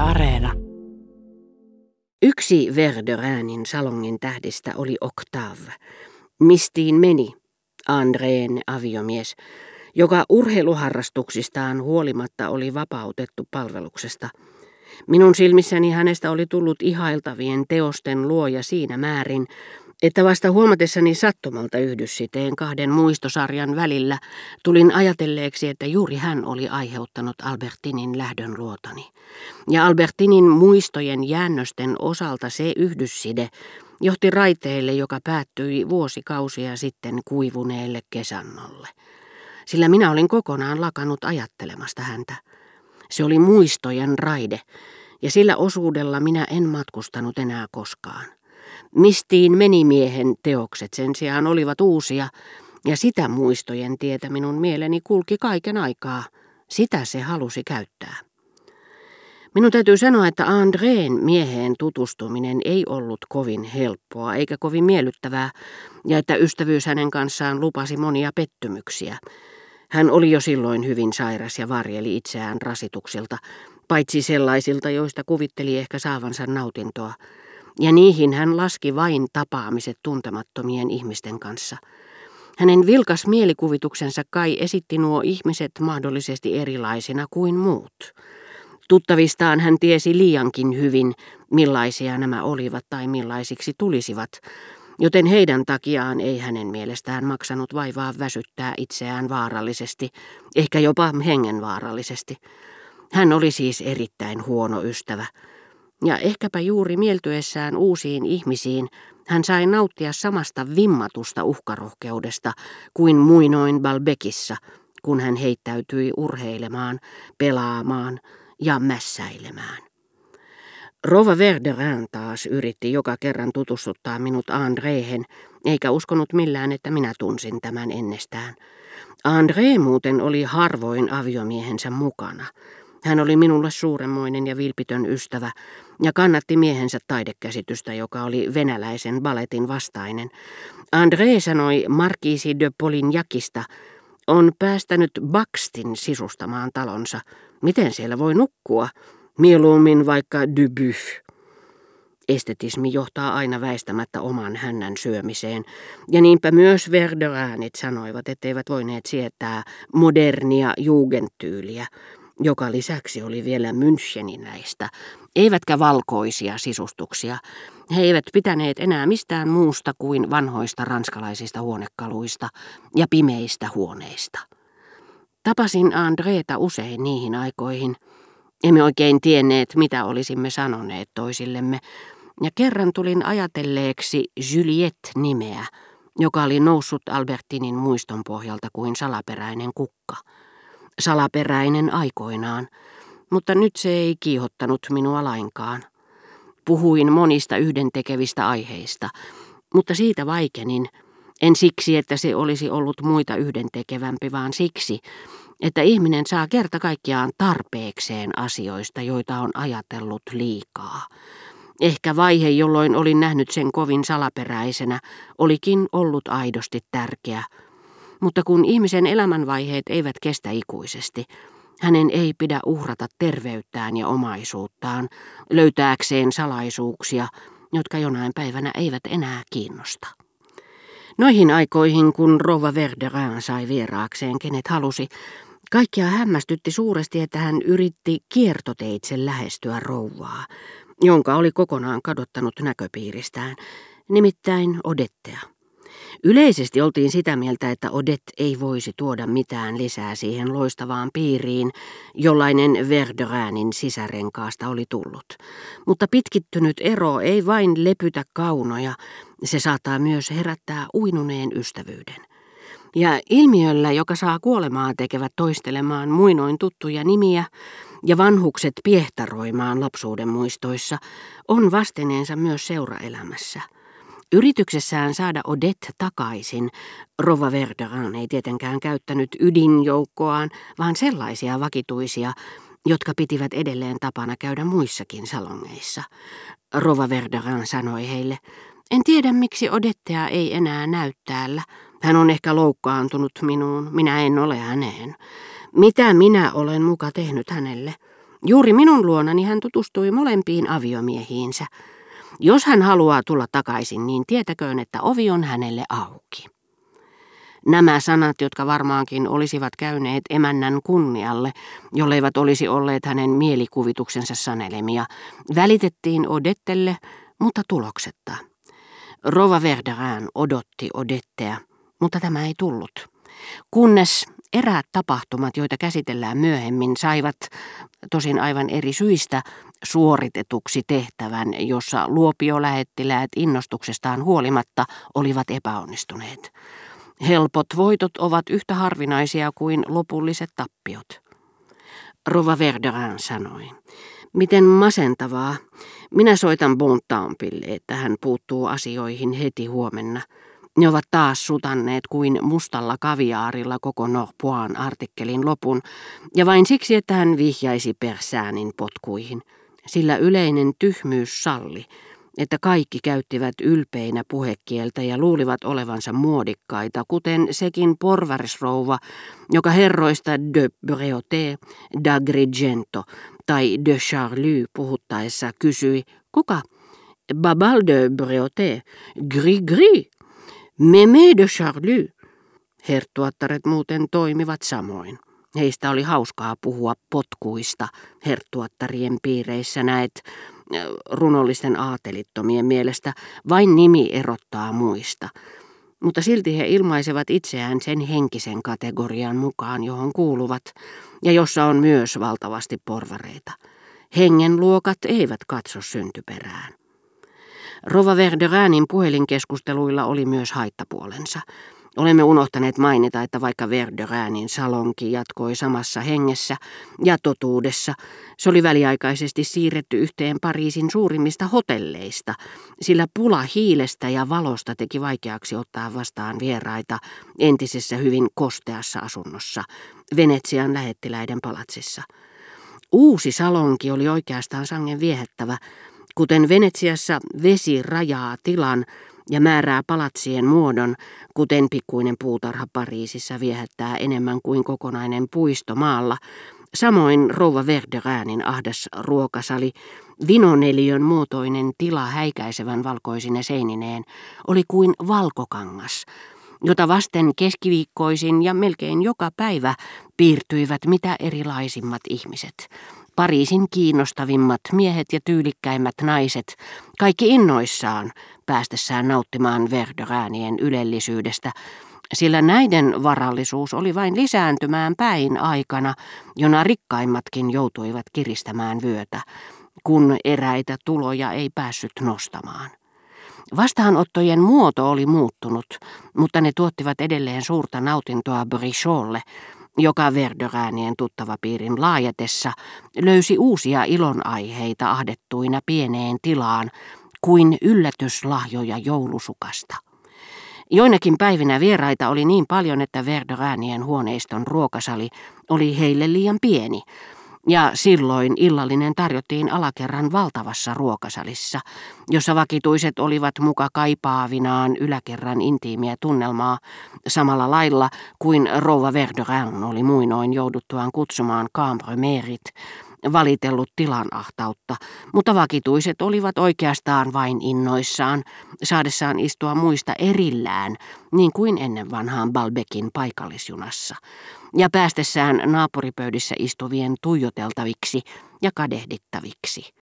Areena. Yksi Verderänin salongin tähdistä oli Octave. Mistiin meni, Andreen aviomies, joka urheiluharrastuksistaan huolimatta oli vapautettu palveluksesta. Minun silmissäni hänestä oli tullut ihailtavien teosten luoja siinä määrin, että vasta huomatessani sattumalta yhdyssiteen kahden muistosarjan välillä tulin ajatelleeksi, että juuri hän oli aiheuttanut Albertinin lähdön luotani. Ja Albertinin muistojen jäännösten osalta se yhdysside johti raiteelle, joka päättyi vuosikausia sitten kuivuneelle kesannolle. Sillä minä olin kokonaan lakannut ajattelemasta häntä. Se oli muistojen raide, ja sillä osuudella minä en matkustanut enää koskaan. Mistiin menimiehen teokset sen sijaan olivat uusia, ja sitä muistojen tietä minun mieleni kulki kaiken aikaa. Sitä se halusi käyttää. Minun täytyy sanoa, että Andreen mieheen tutustuminen ei ollut kovin helppoa eikä kovin miellyttävää, ja että ystävyys hänen kanssaan lupasi monia pettymyksiä. Hän oli jo silloin hyvin sairas ja varjeli itseään rasituksilta, paitsi sellaisilta, joista kuvitteli ehkä saavansa nautintoa. Ja niihin hän laski vain tapaamiset tuntemattomien ihmisten kanssa. Hänen vilkas mielikuvituksensa kai esitti nuo ihmiset mahdollisesti erilaisina kuin muut. Tuttavistaan hän tiesi liiankin hyvin, millaisia nämä olivat tai millaisiksi tulisivat, joten heidän takiaan ei hänen mielestään maksanut vaivaa väsyttää itseään vaarallisesti, ehkä jopa hengenvaarallisesti. Hän oli siis erittäin huono ystävä. Ja ehkäpä juuri mieltyessään uusiin ihmisiin hän sai nauttia samasta vimmatusta uhkarohkeudesta kuin muinoin Balbekissa, kun hän heittäytyi urheilemaan, pelaamaan ja mässäilemään. Rouva Verderin taas yritti joka kerran tutustuttaa minut Andréhen, eikä uskonut millään, että minä tunsin tämän ennestään. André muuten oli harvoin aviomiehensä mukana. Hän oli minulle suuremmoinen ja vilpitön ystävä ja kannatti miehensä taidekäsitystä, joka oli venäläisen balletin vastainen. André sanoi markiisi de Polignacista, on päästänyt Baxtin sisustamaan talonsa. Miten siellä voi nukkua? Mieluummin vaikka Dubuff. Estetismi johtaa aina väistämättä oman hännän syömiseen, ja niinpä myös Verderäänit sanoivat, etteivät voineet sietää modernia jugendtyyliä, joka lisäksi oli vielä müncheninäistä, eivätkä valkoisia sisustuksia. He eivät pitäneet enää mistään muusta kuin vanhoista ranskalaisista huonekaluista ja pimeistä huoneista. Tapasin Andréta usein niihin aikoihin. Emme oikein tienneet, mitä olisimme sanoneet toisillemme, ja kerran tulin ajatelleeksi Juliette-nimeä, joka oli noussut Albertinin muiston pohjalta kuin salaperäinen kukka. Salaperäinen aikoinaan, mutta nyt se ei kiihottanut minua lainkaan. Puhuin monista yhdentekevistä aiheista, mutta siitä vaikenin, en siksi, että se olisi ollut muita yhdentekevämpi, vaan siksi, että ihminen saa kerta kaikkiaan tarpeekseen asioista, joita on ajatellut liikaa. Ehkä vaihe, jolloin olin nähnyt sen kovin salaperäisenä, olikin ollut aidosti tärkeä. Mutta kun ihmisen elämänvaiheet eivät kestä ikuisesti, hänen ei pidä uhrata terveyttään ja omaisuuttaan, löytääkseen salaisuuksia, jotka jonain päivänä eivät enää kiinnosta. Noihin aikoihin, kun rouva Verderin sai vieraakseen kenet halusi, kaikkia hämmästytti suuresti, että hän yritti kiertoteitse lähestyä rouvaa, jonka oli kokonaan kadottanut näköpiiristään, nimittäin Odettea. Yleisesti oltiin sitä mieltä, että Odette ei voisi tuoda mitään lisää siihen loistavaan piiriin, jollainen Verderinin sisärenkaasta oli tullut. Mutta pitkittynyt ero ei vain lepytä kaunoja, se saattaa myös herättää uinuneen ystävyyden. Ja ilmiöllä, joka saa kuolemaa tekevät toistelemaan muinoin tuttuja nimiä ja vanhukset piehtaroimaan lapsuuden muistoissa, on vastineensa myös seuraelämässä. Yrityksessään saada Odette takaisin, rouva Verderin ei tietenkään käyttänyt ydinjoukkoaan, vaan sellaisia vakituisia, jotka pitivät edelleen tapana käydä muissakin salongeissa. Rouva Verderin sanoi heille, en tiedä miksi Odettea ei enää näy täällä. Hän on ehkä loukkaantunut minuun, minä en ole häneen. Mitä minä olen muka tehnyt hänelle? Juuri minun luonani hän tutustui molempiin aviomiehiinsä. Jos hän haluaa tulla takaisin, niin tietäköön, että ovi on hänelle auki. Nämä sanat, jotka varmaankin olisivat käyneet emännän kunnialle, jolleivät olisi olleet hänen mielikuvituksensa sanelemia, välitettiin Odettelle, mutta tuloksetta. Rova Verdurin odotti Odettea, mutta tämä ei tullut. Kunnes eräät tapahtumat, joita käsitellään myöhemmin, saivat, tosin aivan eri syistä, suoritetuksi tehtävän, jossa luopiolähettiläät innostuksestaan huolimatta olivat epäonnistuneet. Helpot voitot ovat yhtä harvinaisia kuin lopulliset tappiot. Rova Verdurin sanoi. Miten masentavaa. Minä soitan Bontampille, että hän puuttuu asioihin heti huomenna. Ne ovat taas sutanneet kuin mustalla kaviaarilla koko Norpoin artikkelin lopun, ja vain siksi, että hän vihjaisi Persäänin potkuihin. Sillä yleinen tyhmyys salli, että kaikki käyttivät ylpeinä puhekieltä ja luulivat olevansa muodikkaita, kuten sekin porvarisrouva, joka herroista de Breauté, d'Agrigento tai de Charlus puhuttaessa kysyi, kuka? Babal de Breauté, Gris, Mémé de Charlus. Herttuattaret muuten toimivat samoin. Heistä oli hauskaa puhua potkuista herttuattarien piireissä, näet, runollisten aatelittomien mielestä vain nimi erottaa muista, mutta silti he ilmaisevat itseään sen henkisen kategorian mukaan, johon kuuluvat, ja jossa on myös valtavasti porvareita. Hengenluokat eivät katso syntyperään. Rova Verdurinin puhelinkeskusteluilla oli myös haittapuolensa. Olemme unohtaneet mainita, että vaikka Verdurinin salonki jatkoi samassa hengessä ja totuudessa, se oli väliaikaisesti siirretty yhteen Pariisin suurimmista hotelleista, sillä pula hiilestä ja valosta teki vaikeaksi ottaa vastaan vieraita entisessä hyvin kosteassa asunnossa, Venetsian lähettiläiden palatsissa. Uusi salonki oli oikeastaan sangen viehättävä, kuten Venetsiassa vesi rajaa tilan ja määrää palatsien muodon, kuten pikkuinen puutarha Pariisissa viehättää enemmän kuin kokonainen puisto maalla. Samoin rouva Verdurinin ahdas ruokasali, vinoneliön muotoinen tila häikäisevän valkoisine seinineen, oli kuin valkokangas, jota vasten keskiviikkoisin ja melkein joka päivä piirtyivät mitä erilaisimmat ihmiset. Pariisin kiinnostavimmat miehet ja tyylikkäimmät naiset, kaikki innoissaan päästessään nauttimaan Verdurinien ylellisyydestä, sillä näiden varallisuus oli vain lisääntymään päin aikana, jona rikkaimmatkin joutuivat kiristämään vyötä, kun eräitä tuloja ei päässyt nostamaan. Vastaanottojen muoto oli muuttunut, mutta ne tuottivat edelleen suurta nautintoa Bricholle, joka Verdurinien tuttavapiirin laajatessa löysi uusia ilonaiheita ahdettuina pieneen tilaan kuin yllätyslahjoja joulusukasta. Joinakin päivinä vieraita oli niin paljon, että Verdurinien huoneiston ruokasali oli heille liian pieni, ja silloin illallinen tarjottiin alakerran valtavassa ruokasalissa, jossa vakituiset olivat muka kaipaavinaan yläkerran intiimiä tunnelmaa samalla lailla kuin rouva Verdurin oli muinoin jouduttuaan kutsumaan Cambremerit valitellut tilanahtautta, mutta vakituiset olivat oikeastaan vain innoissaan, saadessaan istua muista erillään, niin kuin ennen vanhaan Balbekin paikallisjunassa, ja päästessään naapuripöydissä istuvien tuijoteltaviksi ja kadehdittaviksi.